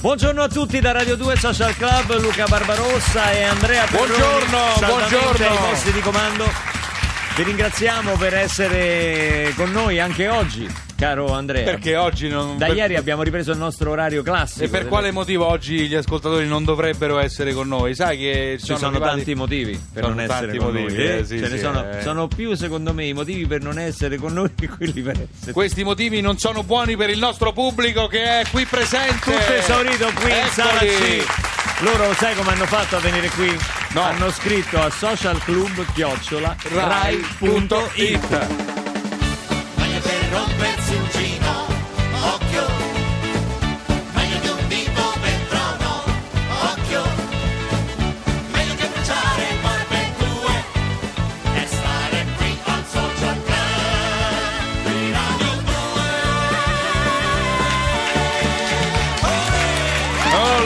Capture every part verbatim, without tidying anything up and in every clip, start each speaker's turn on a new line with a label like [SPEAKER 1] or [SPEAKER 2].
[SPEAKER 1] Buongiorno a tutti da Radio due Social Club, Luca Barbarossa e Andrea Perroni.
[SPEAKER 2] Buongiorno, buongiorno.
[SPEAKER 1] Ai posti di comando. Vi ringraziamo per essere con noi anche oggi, caro Andrea.
[SPEAKER 2] Perché oggi non...
[SPEAKER 1] Da
[SPEAKER 2] per...
[SPEAKER 1] ieri abbiamo ripreso il nostro orario classico.
[SPEAKER 2] E per
[SPEAKER 1] delle...
[SPEAKER 2] quale motivo oggi gli ascoltatori non dovrebbero essere con noi? Sai che
[SPEAKER 1] ci
[SPEAKER 2] sono,
[SPEAKER 1] sono
[SPEAKER 2] arrivati...
[SPEAKER 1] tanti motivi per
[SPEAKER 2] sono
[SPEAKER 1] non essere
[SPEAKER 2] tanti
[SPEAKER 1] con
[SPEAKER 2] motivi,
[SPEAKER 1] noi.
[SPEAKER 2] eh, sì,
[SPEAKER 1] Ce ne
[SPEAKER 2] sì,
[SPEAKER 1] sono,
[SPEAKER 2] eh.
[SPEAKER 1] sono più, secondo me, i motivi per non essere con noi che quelli per essere.
[SPEAKER 2] Questi motivi non sono buoni per il nostro pubblico che è qui presente.
[SPEAKER 1] Tutto esaurito qui in sala C. Loro sai come hanno fatto a venire qui?
[SPEAKER 2] No.
[SPEAKER 1] Hanno scritto a socialclub chiocciola rai punto it.
[SPEAKER 3] Meglio per rompersi un gino, occhio. Meglio di un dito per trono, occhio. Meglio che bruciare barbecue e stare qui al Social Club di Radio due.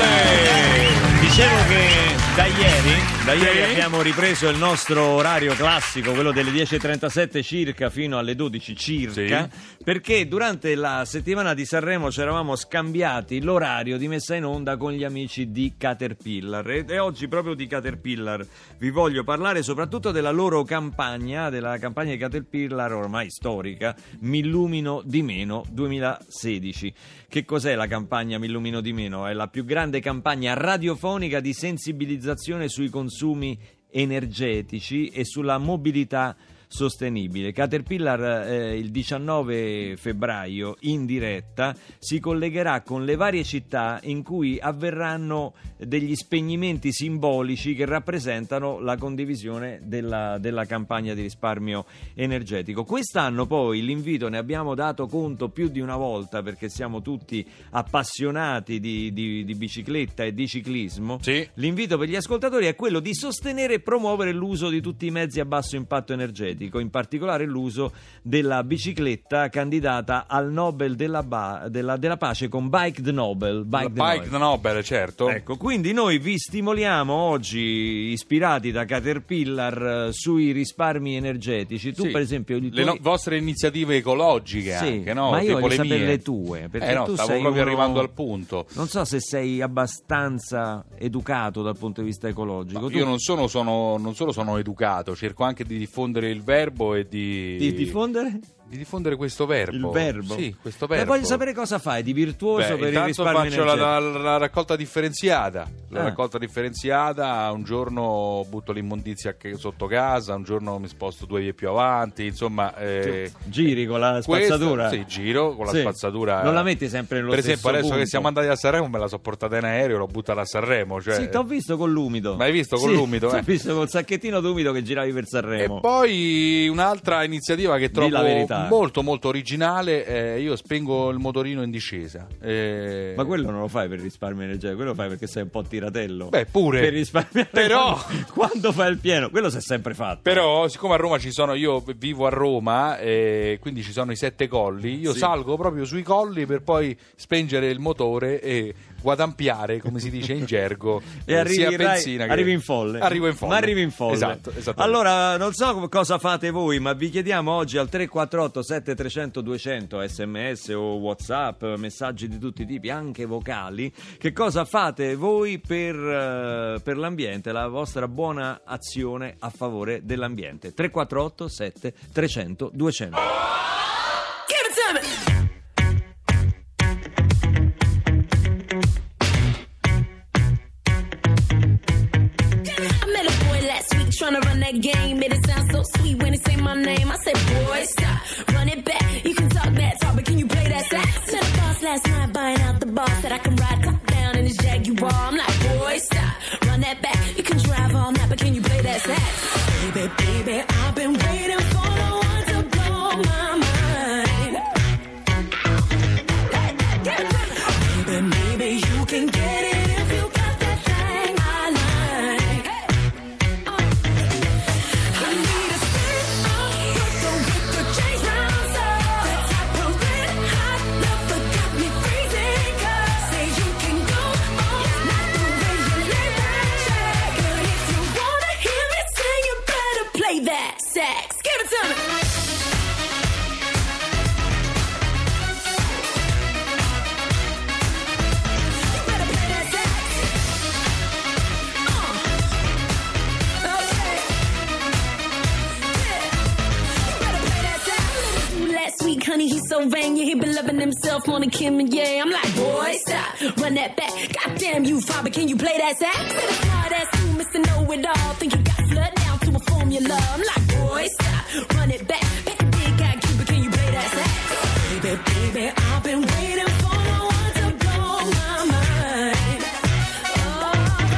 [SPEAKER 2] Olè!
[SPEAKER 1] Dicevo che da ieri, da ieri
[SPEAKER 2] Sì.
[SPEAKER 1] abbiamo ripreso il nostro orario classico, quello delle dieci e trentasette circa fino alle dodici circa,
[SPEAKER 2] Sì.
[SPEAKER 1] perché durante la settimana di Sanremo ci eravamo scambiati l'orario di messa in onda con gli amici di Caterpillar e, e oggi proprio di Caterpillar vi voglio parlare soprattutto della loro campagna, della campagna di Caterpillar ormai storica, Mi illumino di meno duemilasedici. Che cos'è la campagna Mi illumino di meno? È la più grande campagna radiofonica di sensibilizzazione sui consumi energetici e sulla mobilità sostenibile. Caterpillar eh, il diciannove febbraio in diretta si collegherà con le varie città in cui avverranno degli spegnimenti simbolici che rappresentano la condivisione della, della campagna di risparmio energetico. Quest'anno poi l'invito, ne abbiamo dato conto più di una volta perché siamo tutti appassionati di, di, di bicicletta e di ciclismo.
[SPEAKER 2] Sì.
[SPEAKER 1] L'invito per gli ascoltatori è quello di sostenere e promuovere l'uso di tutti i mezzi a basso impatto energetico, in particolare l'uso della bicicletta candidata al Nobel della, ba- della, della pace con Bike the Nobel. Bike, the
[SPEAKER 2] Bike
[SPEAKER 1] Nobel.
[SPEAKER 2] the Nobel, certo.
[SPEAKER 1] Ecco, quindi noi vi stimoliamo oggi, ispirati da Caterpillar, eh, sui risparmi energetici. Tu
[SPEAKER 2] Sì.
[SPEAKER 1] per esempio i
[SPEAKER 2] le
[SPEAKER 1] tuoi...
[SPEAKER 2] no- vostre iniziative ecologiche
[SPEAKER 1] Sì,
[SPEAKER 2] anche, no?
[SPEAKER 1] ma io
[SPEAKER 2] Tipo
[SPEAKER 1] voglio
[SPEAKER 2] le
[SPEAKER 1] sapere
[SPEAKER 2] mie.
[SPEAKER 1] le tue, perché
[SPEAKER 2] Eh no,
[SPEAKER 1] tu
[SPEAKER 2] stavo
[SPEAKER 1] sei
[SPEAKER 2] proprio
[SPEAKER 1] uno-
[SPEAKER 2] arrivando al punto.
[SPEAKER 1] Non so se sei abbastanza educato dal punto di vista ecologico.
[SPEAKER 2] No,
[SPEAKER 1] Tu-
[SPEAKER 2] io non, sono, sono, non solo sono educato, cerco anche di diffondere il verbo e di...
[SPEAKER 1] Di diffondere?
[SPEAKER 2] di diffondere questo verbo.
[SPEAKER 1] Il verbo?
[SPEAKER 2] Sì, questo
[SPEAKER 1] Ma
[SPEAKER 2] verbo.
[SPEAKER 1] voglio sapere cosa fai di virtuoso
[SPEAKER 2] Beh,
[SPEAKER 1] per il
[SPEAKER 2] intanto
[SPEAKER 1] risparmio
[SPEAKER 2] faccio la,
[SPEAKER 1] energetico.
[SPEAKER 2] la- la raccolta differenziata. La
[SPEAKER 1] Ah.
[SPEAKER 2] raccolta differenziata, un giorno butto l'immondizia che- sotto casa, un giorno mi sposto due vie più avanti, insomma... eh,
[SPEAKER 1] Giri con la
[SPEAKER 2] questo-
[SPEAKER 1] spazzatura?
[SPEAKER 2] Sì, giro con la
[SPEAKER 1] Sì.
[SPEAKER 2] spazzatura.
[SPEAKER 1] Non la metti sempre nello
[SPEAKER 2] Per
[SPEAKER 1] stesso
[SPEAKER 2] esempio, adesso
[SPEAKER 1] punto?
[SPEAKER 2] che siamo andati a Sanremo me la so portata in aereo, l'ho buttata a Sanremo. Cioè...
[SPEAKER 1] Sì, t'ho visto con l'umido.
[SPEAKER 2] Ma hai visto con
[SPEAKER 1] Sì,
[SPEAKER 2] l'umido,
[SPEAKER 1] t'ho
[SPEAKER 2] eh?
[SPEAKER 1] visto col sacchettino d'umido che giravi per
[SPEAKER 2] E
[SPEAKER 1] Sanremo.
[SPEAKER 2] poi un'altra iniziativa che
[SPEAKER 1] Dì la
[SPEAKER 2] trovo
[SPEAKER 1] verità.
[SPEAKER 2] molto molto originale, eh, io spengo il motorino in discesa. Eh,
[SPEAKER 1] Ma quello non lo fai per risparmio energetico, quello lo fai perché sei un po' tiratello.
[SPEAKER 2] Beh, pure.
[SPEAKER 1] Per risparmiare.
[SPEAKER 2] Però-
[SPEAKER 1] quando, quando fai il pieno, quello si è sempre fatto.
[SPEAKER 2] Però, siccome a Roma ci sono, io vivo a Roma, e quindi ci sono i sette colli, io
[SPEAKER 1] Sì.
[SPEAKER 2] salgo proprio sui colli per poi spengere il motore e guadampiare, come si dice in gergo,
[SPEAKER 1] E
[SPEAKER 2] eh,
[SPEAKER 1] arrivi,
[SPEAKER 2] sia
[SPEAKER 1] Rai-
[SPEAKER 2] benzina che...
[SPEAKER 1] arrivi in folle.
[SPEAKER 2] Arrivo in folle.
[SPEAKER 1] Ma arrivi in folle.
[SPEAKER 2] Esatto, esattamente.
[SPEAKER 1] Allora, non so come- cosa fate voi, ma vi chiediamo oggi al tre quattro otto sette tre zero zero due zero zero sms o WhatsApp, messaggi di tutti i tipi, anche vocali, che cosa fate voi per, eh, per l'ambiente, la vostra buona azione a favore dell'ambiente. tre quattro otto sette tre zero zero due zero zero.
[SPEAKER 3] Give it to me. I met a boy last week trying to run that game. Made it sound so sweet when he say my name. I said, boy, stop, run it back. You can talk that talk, but can you play that sax? Met a boss last night buying out the boss that I can ride top down in his Jaguar. I'm like, boy, stop, run that back. You can drive all night, but can you play that sax? Baby, baby, I've been waiting for the one to blow my mind. Hey, give it to me. Baby, maybe you can get it if you got that thing I like. I need a spin off with the with the change rounds up. That type of red hot love that got me freezing. 'Cause say you can go all night the way you lay that track. But if you wanna hear me sing, you better play that sax. Give it to me. You better play so vain, yeah, he been loving himself on the Kim and yeah. I'm like, boy, stop, run that back. Goddamn you, father, can you play that sax? Say the smart ass you, Mister Know-It-All. Think you got flood down to a formula. I'm like, boy, stop, run it back. Back the big guy, Cuba, can you play that sax? Baby, baby, I've been waiting for no one to blow my mind. Oh,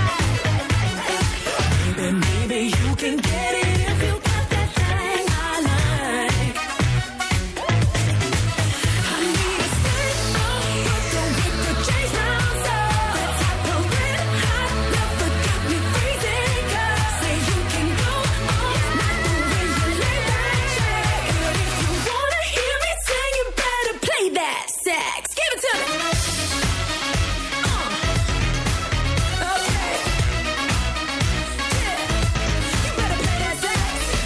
[SPEAKER 3] baby, maybe you can get it if you got that thing I like. I need a stand up, but don't get the chase round, so that type of red hot love that got me freezing. Cause say you can go all night the way you lay that check. But if you wanna hear me sing, you better play that sax. Give it to me. Uh. Okay. Yeah. You better play that sax.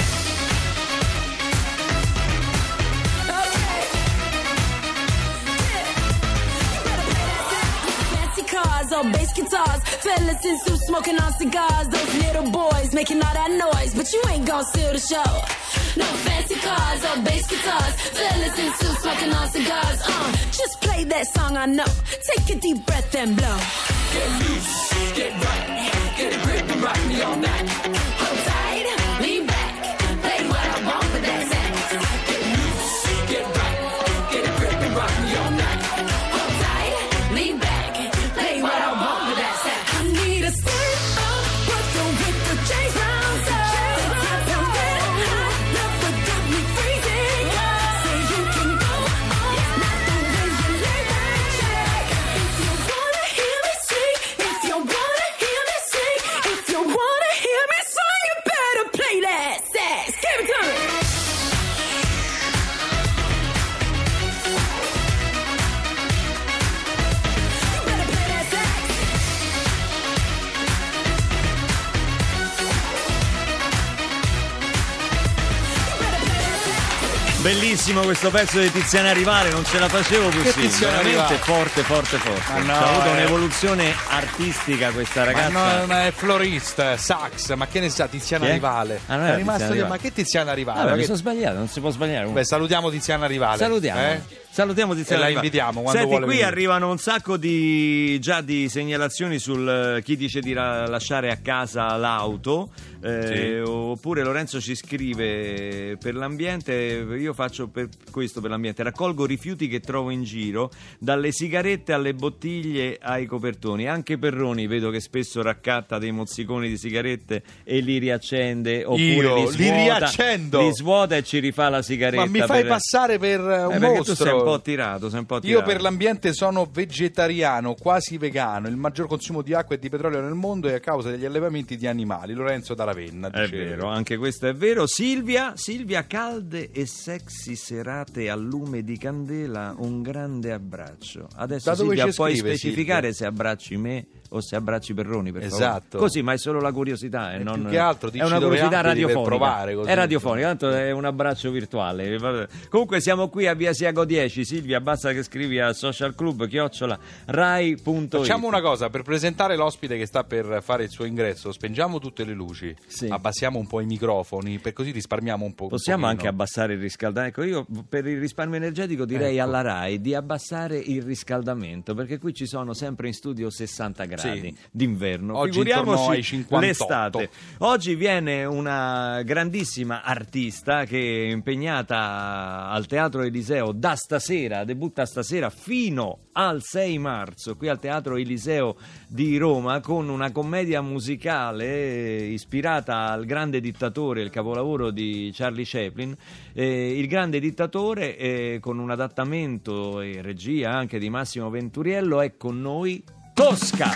[SPEAKER 3] Okay. Yeah. You better play that sax. Fancy cars or bass guitars, fellas in suits smoking on cigars. Those little boys making all that noise, but you ain't gon' steal the show. No fancy cars or bass guitars, fellas in suits smoking on cigars. Uh, just play that song I know. Take a deep breath and blow. Get loose, get right, get a grip and rock me all night. Hold tight, lean back, play what I want with that sax. Get loose, get right, get a grip and rock me all night. Hold tight, lean back, play what I want with that sax. I need a stand up, but don't with the chains round, so that's a red hot love that got me freezing. Say you can go all night the way you lay that check. If you wanna hear me sing, if you wanna hear me sing, if you wanna hear me sing, you better play that sax. Give it to me. You better play that sax. You better play that sax.
[SPEAKER 1] Bellissimo questo pezzo di Tiziana Rivale, non ce la facevo così.
[SPEAKER 2] Tiziana
[SPEAKER 1] Veramente
[SPEAKER 2] Rivale?
[SPEAKER 1] forte, forte, forte.
[SPEAKER 2] Ma no,
[SPEAKER 1] ha avuto
[SPEAKER 2] eh.
[SPEAKER 1] un'evoluzione artistica questa ragazza.
[SPEAKER 2] Ma no, ma è florista, sax, ma che ne sa Tiziana
[SPEAKER 1] Chi è?
[SPEAKER 2] Rivale?
[SPEAKER 1] Ah, non
[SPEAKER 2] è
[SPEAKER 1] era
[SPEAKER 2] rimasto
[SPEAKER 1] Tiziana
[SPEAKER 2] io,
[SPEAKER 1] Rivale.
[SPEAKER 2] ma che Tiziana Rivale?
[SPEAKER 1] Ah, ma
[SPEAKER 2] Ma
[SPEAKER 1] mi
[SPEAKER 2] che-
[SPEAKER 1] sono sbagliato, non si può sbagliare.
[SPEAKER 2] Beh, salutiamo Tiziana Rivale.
[SPEAKER 1] Salutiamo.
[SPEAKER 2] Eh?
[SPEAKER 1] Salutiamo Tiziana
[SPEAKER 2] E la
[SPEAKER 1] Rivale.
[SPEAKER 2] invitiamo quando
[SPEAKER 1] Senti,
[SPEAKER 2] vuole
[SPEAKER 1] qui
[SPEAKER 2] venire.
[SPEAKER 1] arrivano un sacco di già di segnalazioni sul eh, chi dice di ra- lasciare a casa l'auto. eh,
[SPEAKER 2] Sì.
[SPEAKER 1] Oppure Lorenzo ci scrive: per l'ambiente, io faccio per questo per l'ambiente, raccolgo rifiuti che trovo in giro, dalle sigarette alle bottiglie ai copertoni. Anche Perroni vedo che spesso raccatta dei mozziconi di sigarette e li riaccende, oppure
[SPEAKER 2] Io
[SPEAKER 1] li
[SPEAKER 2] li
[SPEAKER 1] svuota,
[SPEAKER 2] riaccendo?
[SPEAKER 1] li svuota e ci rifà la sigaretta.
[SPEAKER 2] Ma mi fai
[SPEAKER 1] per-
[SPEAKER 2] passare per eh, un
[SPEAKER 1] eh, perché
[SPEAKER 2] mostro.
[SPEAKER 1] tu sei un po' tirato, sei un po'
[SPEAKER 2] Io
[SPEAKER 1] tirato.
[SPEAKER 2] per l'ambiente sono vegetariano, quasi vegano. Il maggior consumo di acqua e di petrolio nel mondo è a causa degli allevamenti di animali. Lorenzo da Ravenna.
[SPEAKER 1] È
[SPEAKER 2] dice.
[SPEAKER 1] vero, anche questo è vero. Silvia, Silvia, calde e sexy serate a lume di candela, un grande abbraccio. Adesso
[SPEAKER 2] Da dove
[SPEAKER 1] Silvia
[SPEAKER 2] ci
[SPEAKER 1] puoi
[SPEAKER 2] scrive,
[SPEAKER 1] specificare
[SPEAKER 2] Silvia?
[SPEAKER 1] se abbracci me o se abbracci Perroni, per favore.
[SPEAKER 2] Esatto.
[SPEAKER 1] Così, ma è solo la curiosità, e
[SPEAKER 2] E
[SPEAKER 1] non
[SPEAKER 2] più che altro
[SPEAKER 1] è
[SPEAKER 2] dici
[SPEAKER 1] una
[SPEAKER 2] dove
[SPEAKER 1] curiosità
[SPEAKER 2] abiti per
[SPEAKER 1] radiofonica.
[SPEAKER 2] provare, così.
[SPEAKER 1] È radiofonica, tanto è un abbraccio virtuale. Vabbè. Comunque siamo qui a Via Siago dieci. Silvia, basta che scrivi a social club chiocciola rai punto it.
[SPEAKER 2] Facciamo una cosa, per presentare l'ospite che sta per fare il suo ingresso, spengiamo tutte le luci,
[SPEAKER 1] Sì.
[SPEAKER 2] abbassiamo un po' i microfoni, per così risparmiamo un po'.
[SPEAKER 1] Possiamo
[SPEAKER 2] un
[SPEAKER 1] anche
[SPEAKER 2] pochino.
[SPEAKER 1] abbassare il riscaldamento. Ecco, io per il risparmio energetico direi
[SPEAKER 2] Ecco.
[SPEAKER 1] alla RAI di abbassare il riscaldamento, perché qui ci sono sempre in studio sessanta gradi
[SPEAKER 2] Sì.
[SPEAKER 1] d'inverno.
[SPEAKER 2] Oggi intorno ai
[SPEAKER 1] Figuriamoci
[SPEAKER 2] cinquantotto.
[SPEAKER 1] l'estate. Oggi viene una grandissima artista che è impegnata al Teatro Eliseo da stasera, debutta stasera fino al sei marzo qui al Teatro Eliseo di Roma con una commedia musicale ispirata al Grande Dittatore, il capolavoro di Charlie Chaplin. Eh, il Grande Dittatore, eh, con un adattamento e regia anche di Massimo Venturiello, è con noi Tosca.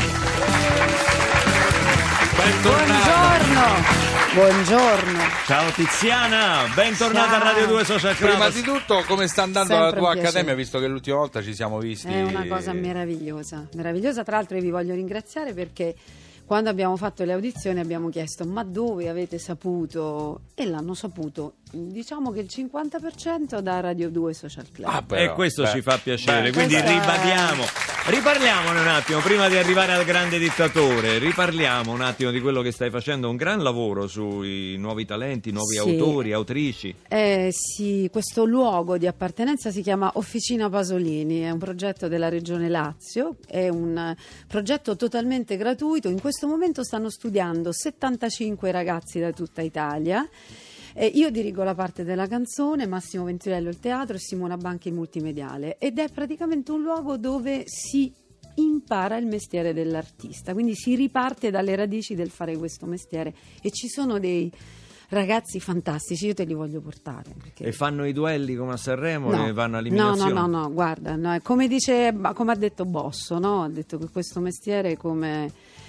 [SPEAKER 4] Buongiorno. Buongiorno.
[SPEAKER 1] Ciao Tiziana, bentornata
[SPEAKER 4] Ciao.
[SPEAKER 1] a Radio due Social Club.
[SPEAKER 2] Prima di tutto, come sta andando
[SPEAKER 4] Sempre
[SPEAKER 2] la tua
[SPEAKER 4] un piacere.
[SPEAKER 2] accademia, visto che l'ultima volta ci siamo visti?
[SPEAKER 4] È una cosa meravigliosa, meravigliosa. Tra l'altro io vi voglio ringraziare perché quando abbiamo fatto le audizioni abbiamo chiesto ma dove avete saputo, e l'hanno saputo diciamo che il cinquanta per cento da Radio due Social Club.
[SPEAKER 2] Ah, però,
[SPEAKER 1] e questo
[SPEAKER 2] beh,
[SPEAKER 1] ci fa piacere,
[SPEAKER 2] beh,
[SPEAKER 1] quindi
[SPEAKER 4] questa-
[SPEAKER 1] ribadiamo, riparliamone un attimo prima di arrivare al grande dittatore, riparliamo un attimo di quello che stai facendo, un gran lavoro sui nuovi talenti, nuovi
[SPEAKER 4] Sì.
[SPEAKER 1] autori, autrici.
[SPEAKER 4] Eh, sì, questo luogo di appartenenza si chiama Officina Pasolini, è un progetto della Regione Lazio, è un eh, progetto totalmente gratuito. In questo momento stanno studiando settantacinque ragazzi da tutta Italia. Eh, io dirigo la parte della canzone, Massimo Venturello il teatro e Simona Banchi il multimediale, ed è praticamente un luogo dove si impara il mestiere dell'artista, quindi si riparte dalle radici del fare questo mestiere, e ci sono dei ragazzi fantastici, io te li voglio portare perché...
[SPEAKER 1] E fanno i duelli come a Sanremo e vanno a
[SPEAKER 4] no,
[SPEAKER 1] eliminazione?
[SPEAKER 4] no, no, no, guarda, no, è come dice, come ha detto Bosso, no? Ha detto che questo mestiere è come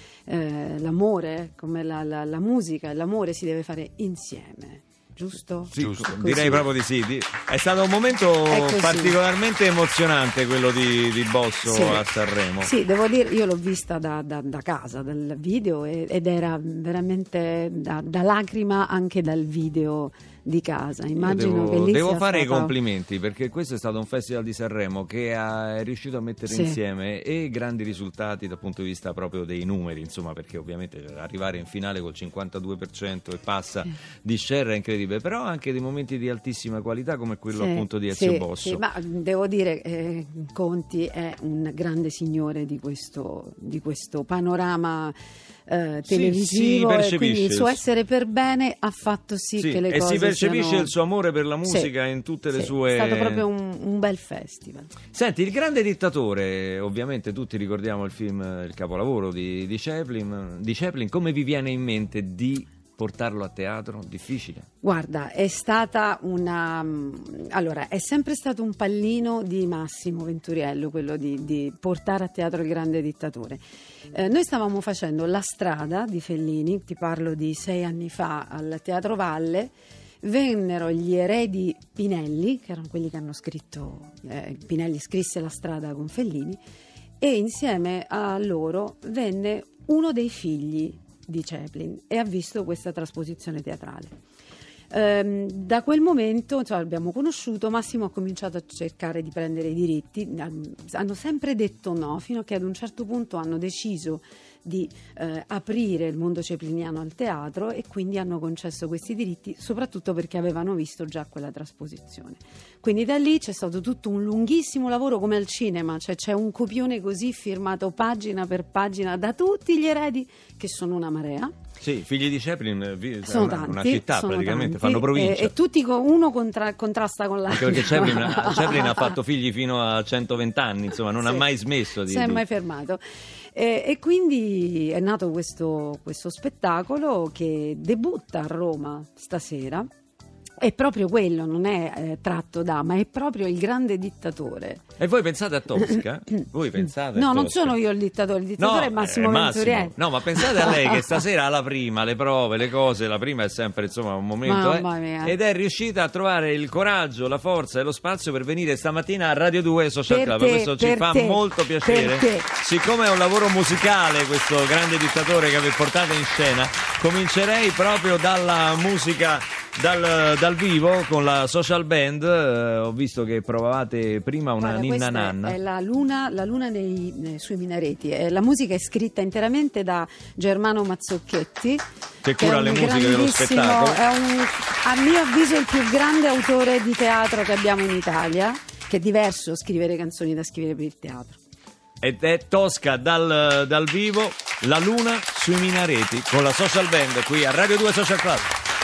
[SPEAKER 4] eh, l'amore, come la, la, la musica, e l'amore si deve fare insieme. Giusto?
[SPEAKER 1] Sì,
[SPEAKER 2] Giusto.
[SPEAKER 1] co-
[SPEAKER 4] Così.
[SPEAKER 1] direi proprio di sì. Di- È stato un momento
[SPEAKER 4] È così.
[SPEAKER 1] particolarmente emozionante quello di, di Bosso
[SPEAKER 4] Sì.
[SPEAKER 1] a Sanremo.
[SPEAKER 4] Sì, devo dire, io l'ho vista da, da- da casa, dal video, e- ed era veramente da, da lacrima anche dal video di casa.
[SPEAKER 1] Io
[SPEAKER 4] Immagino
[SPEAKER 1] devo,
[SPEAKER 4] che lì
[SPEAKER 1] devo
[SPEAKER 4] sia
[SPEAKER 1] fare i
[SPEAKER 4] stata-
[SPEAKER 1] complimenti, perché questo è stato un festival di Sanremo che ha, è riuscito a mettere
[SPEAKER 4] Sì.
[SPEAKER 1] insieme e grandi risultati dal punto di vista proprio dei numeri, insomma, perché ovviamente arrivare in finale col cinquantadue per cento e passa di share è incredibile, però anche dei momenti di altissima qualità come quello
[SPEAKER 4] Sì,
[SPEAKER 1] appunto di Ezio
[SPEAKER 4] sì,
[SPEAKER 1] Bosso.
[SPEAKER 4] sì, ma devo dire eh, Conti è un grande signore di questo, di questo panorama eh,
[SPEAKER 1] Sì,
[SPEAKER 4] televisivo,
[SPEAKER 1] si
[SPEAKER 4] e
[SPEAKER 1] percepisce
[SPEAKER 4] quindi il suo
[SPEAKER 1] il-
[SPEAKER 4] essere per bene ha fatto sì,
[SPEAKER 1] Sì,
[SPEAKER 4] che le
[SPEAKER 1] e
[SPEAKER 4] cose
[SPEAKER 1] si percepisce
[SPEAKER 4] siano...
[SPEAKER 1] il suo amore per la
[SPEAKER 4] Sì,
[SPEAKER 1] musica in tutte le
[SPEAKER 4] sì,
[SPEAKER 1] sue...
[SPEAKER 4] è stato proprio un, un bel festival.
[SPEAKER 1] Senti, Il grande dittatore, ovviamente tutti ricordiamo il film, il capolavoro di, di Chaplin, di Chaplin. Come vi viene in mente di portarlo a teatro? Difficile?
[SPEAKER 4] Guarda, è stata una... Allora, è sempre stato un pallino di Massimo Venturiello quello di, di portare a teatro Il grande dittatore. Eh, noi stavamo facendo La strada di Fellini, ti parlo di sei anni fa, al Teatro Valle. Vennero gli eredi Pinelli, che erano quelli che hanno scritto, eh, Pinelli scrisse La strada con Fellini, e insieme a loro venne uno dei figli di Chaplin e ha visto questa trasposizione teatrale. Ehm, da quel momento, insomma, abbiamo conosciuto, Massimo ha cominciato a cercare di prendere i diritti, hanno sempre detto no, fino a che ad un certo punto hanno deciso di eh, aprire il mondo chapliniano al teatro, e quindi hanno concesso questi diritti, soprattutto perché avevano visto già quella trasposizione. Quindi da lì c'è stato tutto un lunghissimo lavoro, come al cinema, cioè c'è un copione così firmato pagina per pagina da tutti gli eredi, che sono una marea.
[SPEAKER 1] Sì, figli di Chaplin, vi-
[SPEAKER 4] Sono
[SPEAKER 1] una,
[SPEAKER 4] tanti,
[SPEAKER 1] una città
[SPEAKER 4] sono
[SPEAKER 1] praticamente,
[SPEAKER 4] tanti,
[SPEAKER 1] fanno provincia.
[SPEAKER 4] e, e tutti co- uno contra- contrasta con l'altro.
[SPEAKER 1] Anche perché Chaplin, Chaplin ha fatto figli fino a centoventi anni, insomma, non ha
[SPEAKER 4] Sì.
[SPEAKER 1] mai smesso di...
[SPEAKER 4] Si è
[SPEAKER 1] di-
[SPEAKER 4] mai fermato. E, e quindi è nato questo, questo spettacolo che debutta a Roma stasera. È proprio quello, non è eh, tratto da, ma è proprio Il grande dittatore.
[SPEAKER 1] E voi pensate a Tosca? Voi pensate a
[SPEAKER 4] No, non
[SPEAKER 1] Tosca?
[SPEAKER 4] sono io il dittatore, il dittatore è Massimo
[SPEAKER 1] eh,
[SPEAKER 4] Venturiello.
[SPEAKER 1] No, ma pensate a lei che stasera alla prima, le prove, le cose, la prima è sempre insomma un momento,
[SPEAKER 4] Mamma
[SPEAKER 1] eh,
[SPEAKER 4] mia.
[SPEAKER 1] ed è riuscita a trovare il coraggio, la forza e lo spazio per venire stamattina a Radio due Social
[SPEAKER 4] Per
[SPEAKER 1] Club.
[SPEAKER 4] te,
[SPEAKER 1] Questo ci
[SPEAKER 4] per
[SPEAKER 1] fa
[SPEAKER 4] te,
[SPEAKER 1] molto piacere.
[SPEAKER 4] per te.
[SPEAKER 1] Siccome è un lavoro musicale questo grande dittatore che avete portato in scena, comincerei proprio dalla musica dal, dal vivo con la social band. Eh, ho visto che provavate prima una
[SPEAKER 4] Guarda,
[SPEAKER 1] ninna
[SPEAKER 4] questa
[SPEAKER 1] nanna.
[SPEAKER 4] è la luna, la luna nei- nei- sui minareti. Eh, la musica è scritta interamente da Germano Mazzocchetti,
[SPEAKER 1] Che cura
[SPEAKER 4] è un
[SPEAKER 1] le musiche dello
[SPEAKER 4] grandissimo-
[SPEAKER 1] spettacolo.
[SPEAKER 4] È un, a mio avviso il più grande autore di teatro che abbiamo in Italia, che è diverso scrivere canzoni da scrivere per il teatro.
[SPEAKER 1] Ed è Tosca dal, dal vivo, La luna sui minareti con la social band qui a Radio due Social Club.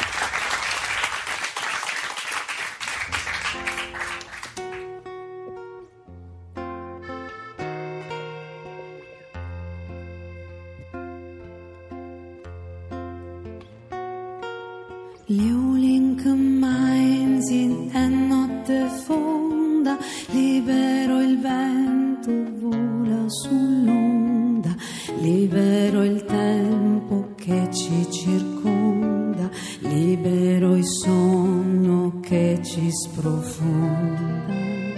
[SPEAKER 5] Liulink Mainz è notte fonda, libero il vento vola sull'onda, libero il tempo che ci circonda, libero il sonno che ci sprofonda.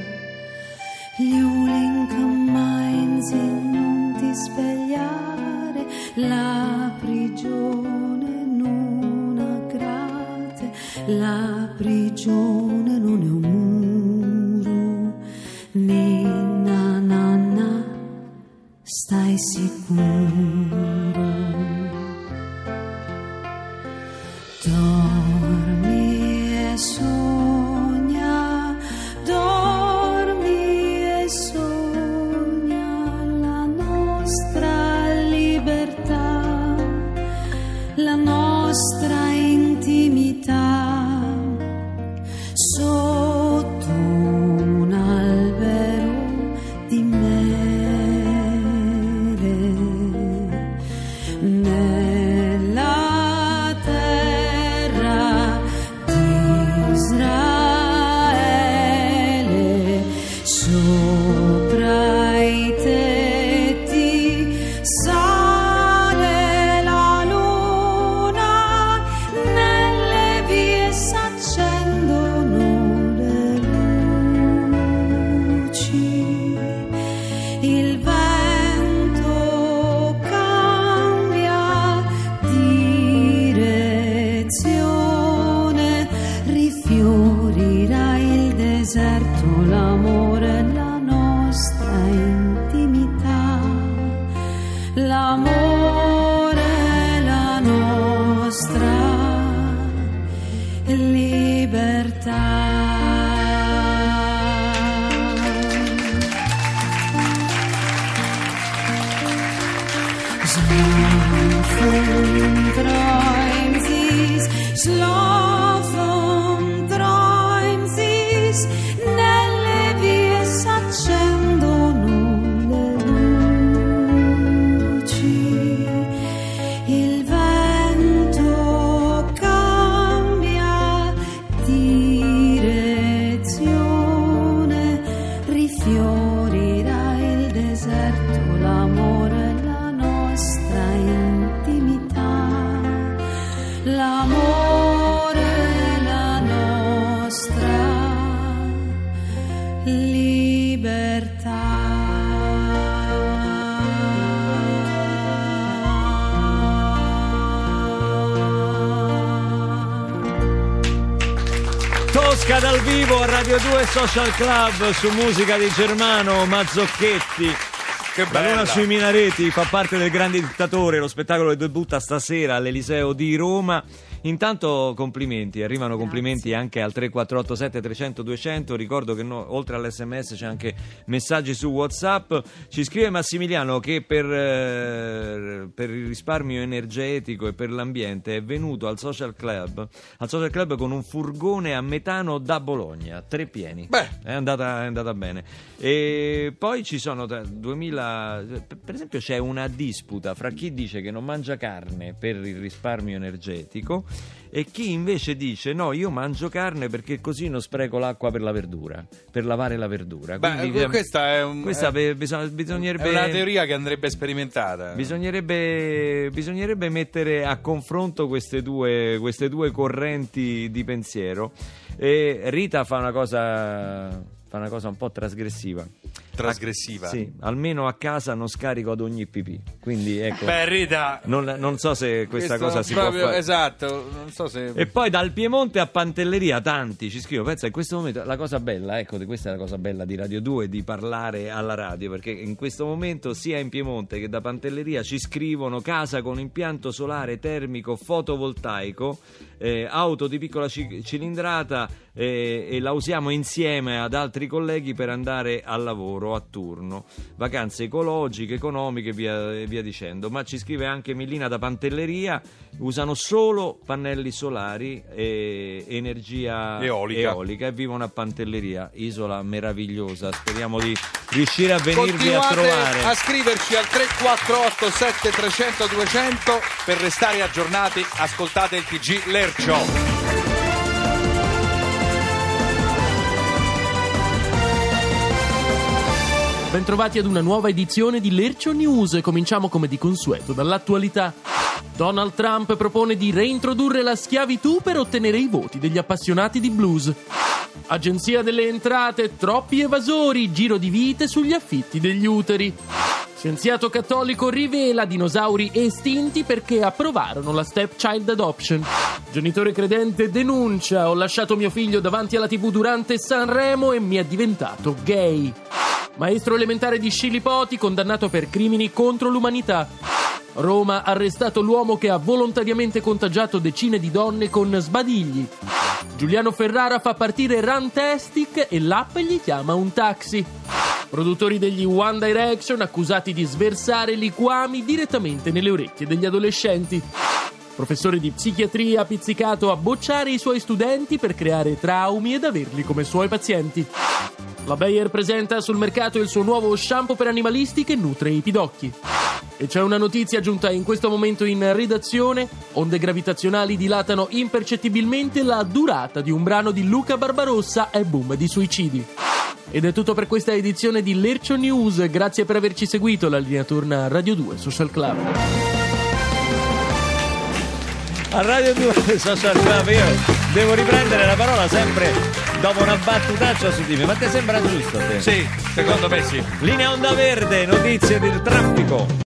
[SPEAKER 5] Liulink Mainz, non ti svegliare, la prigione non aggrate, la prigione ragione non è un muro. Ninna nanna, stai sicuro. Dormi e sogna, dormi e sogna la nostra libertà, la nostra intimità sotto un albero di mere, nella terra di Israele, sopra i tetti sale la luna, nelle vie s'accendono le luci, il vento cambia direzione, rifiorirà il deserto, l'amore, la nostra intimità, l'amore, la nostra libertà. Schlafen träumen sie's, schlafen träumen sie's, nelle vie s'accendono le luci, il vento cambia direzione, rifiorirà il deserto, l'amore, la nostra intimità, l'amore, la nostra libertà.
[SPEAKER 1] Tosca dal vivo a Radio due Social Club su musica di Germano Mazzocchetti.
[SPEAKER 2] Che
[SPEAKER 1] La luna
[SPEAKER 2] bella.
[SPEAKER 1] sui minareti fa parte del Grande Dittatore, lo spettacolo che debutta stasera all'Eliseo di Roma. Intanto complimenti, arrivano complimenti anche al tre quattro otto sette trecento duecento. Ricordo che no, oltre all'esse emme esse c'è anche messaggi su WhatsApp. Ci scrive Massimiliano che per, eh, per il risparmio energetico e per l'ambiente è venuto al Social Club al Social Club con un furgone a metano da Bologna, tre pieni.
[SPEAKER 2] Beh.
[SPEAKER 1] È andata, è andata bene. E poi ci sono tra duemila, per esempio c'è una disputa fra chi dice che non mangia carne per il risparmio energetico e chi invece dice no, io mangio carne perché così non spreco l'acqua per la verdura, per lavare la verdura.
[SPEAKER 2] Beh,
[SPEAKER 1] Quindi,
[SPEAKER 2] questa è, un,
[SPEAKER 1] questa
[SPEAKER 2] è,
[SPEAKER 1] be- bisog- bisognerebbe,
[SPEAKER 2] è una teoria che andrebbe sperimentata.
[SPEAKER 1] bisognerebbe, bisognerebbe mettere a confronto queste due, queste due correnti di pensiero. E Rita fa una cosa... fa una cosa un po' trasgressiva.
[SPEAKER 2] Trasgressiva?
[SPEAKER 1] Sì, almeno a casa non scarico ad ogni pipì. Quindi ecco.
[SPEAKER 2] Beh, Rita,
[SPEAKER 1] Non, non so se questa
[SPEAKER 2] questo
[SPEAKER 1] cosa si
[SPEAKER 2] proprio,
[SPEAKER 1] può fare.
[SPEAKER 2] esatto, non so se...
[SPEAKER 1] E poi dal Piemonte a Pantelleria tanti ci scrivono. Pensa, in questo momento la cosa bella, ecco, questa è la cosa bella di Radio due, di parlare alla radio, perché in questo momento sia in Piemonte che da Pantelleria ci scrivono casa con impianto solare termico fotovoltaico, eh, auto di piccola ci- cilindrata, eh, e la usiamo insieme ad altri colleghi per andare al lavoro a turno, vacanze ecologiche, economiche e via, e via dicendo. Ma ci scrive anche Millina da Pantelleria, usano solo pannelli solari e energia
[SPEAKER 2] Eolica.
[SPEAKER 1] eolica e vivono a Pantelleria, isola meravigliosa. Speriamo di riuscire a venirvi
[SPEAKER 2] Continuate
[SPEAKER 1] a trovare.
[SPEAKER 2] a scriverci al tre quattro otto sette trecento duecento per restare aggiornati. Ascoltate il T G Lercio.
[SPEAKER 6] Bentrovati ad una nuova edizione di Lercio News. Cominciamo come di consueto dall'attualità. Donald Trump propone di reintrodurre la schiavitù per ottenere i voti degli appassionati di blues. Agenzia delle Entrate, troppi evasori, giro di vite sugli affitti degli uteri. Scienziato cattolico rivela dinosauri estinti perché approvarono la stepchild adoption. Genitore credente denuncia: ho lasciato mio figlio davanti alla tivù durante Sanremo e mi è diventato gay. Maestro elementare di Scilipoti condannato per crimini contro l'umanità. Roma, arrestato l'uomo che ha volontariamente contagiato decine di donne con sbadigli. Giuliano Ferrara fa partire Runtastic e l'app gli chiama un taxi. Produttori degli One Direction accusati di sversare liquami direttamente nelle orecchie degli adolescenti. Professore di psichiatria pizzicato a bocciare i suoi studenti per creare traumi ed averli come suoi pazienti. La Bayer presenta sul mercato il suo nuovo shampoo per animalisti che nutre i pidocchi. E c'è una notizia giunta in questo momento in redazione: onde gravitazionali dilatano impercettibilmente la durata di un brano di Luca Barbarossa e boom di suicidi. Ed è tutto per questa edizione di Lercio News. Grazie per averci seguito. La linea torna a Radio due Social Club.
[SPEAKER 1] A Radio due Social Club io devo riprendere la parola sempre dopo una battutaccia su di me. Ma ti sembra giusto a te?
[SPEAKER 2] Sì, secondo me sì.
[SPEAKER 1] Linea Onda Verde, notizie del traffico.